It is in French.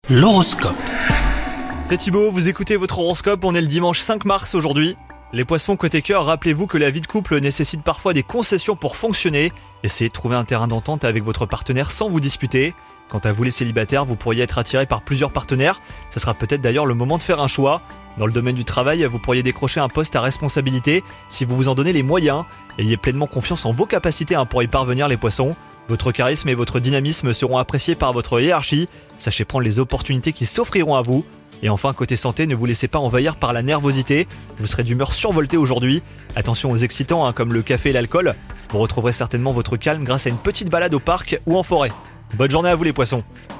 L'horoscope. C'est Thibaut, vous écoutez votre horoscope, on est le dimanche 5 mars aujourd'hui. Les poissons côté cœur, rappelez-vous que la vie de couple nécessite parfois des concessions pour fonctionner. Essayez de trouver un terrain d'entente avec votre partenaire sans vous disputer. Quant à vous les célibataires, vous pourriez être attirés par plusieurs partenaires. Ça sera peut-être d'ailleurs le moment de faire un choix. Dans le domaine du travail, vous pourriez décrocher un poste à responsabilité si vous vous en donnez les moyens. Ayez pleinement confiance en vos capacités pour y parvenir les poissons. Votre charisme et votre dynamisme seront appréciés par votre hiérarchie. Sachez prendre les opportunités qui s'offriront à vous. Et enfin, côté santé, ne vous laissez pas envahir par la nervosité. Vous serez d'humeur survoltée aujourd'hui. Attention aux excitants comme le café et l'alcool. Vous retrouverez certainement votre calme grâce à une petite balade au parc ou en forêt. Bonne journée à vous les poissons.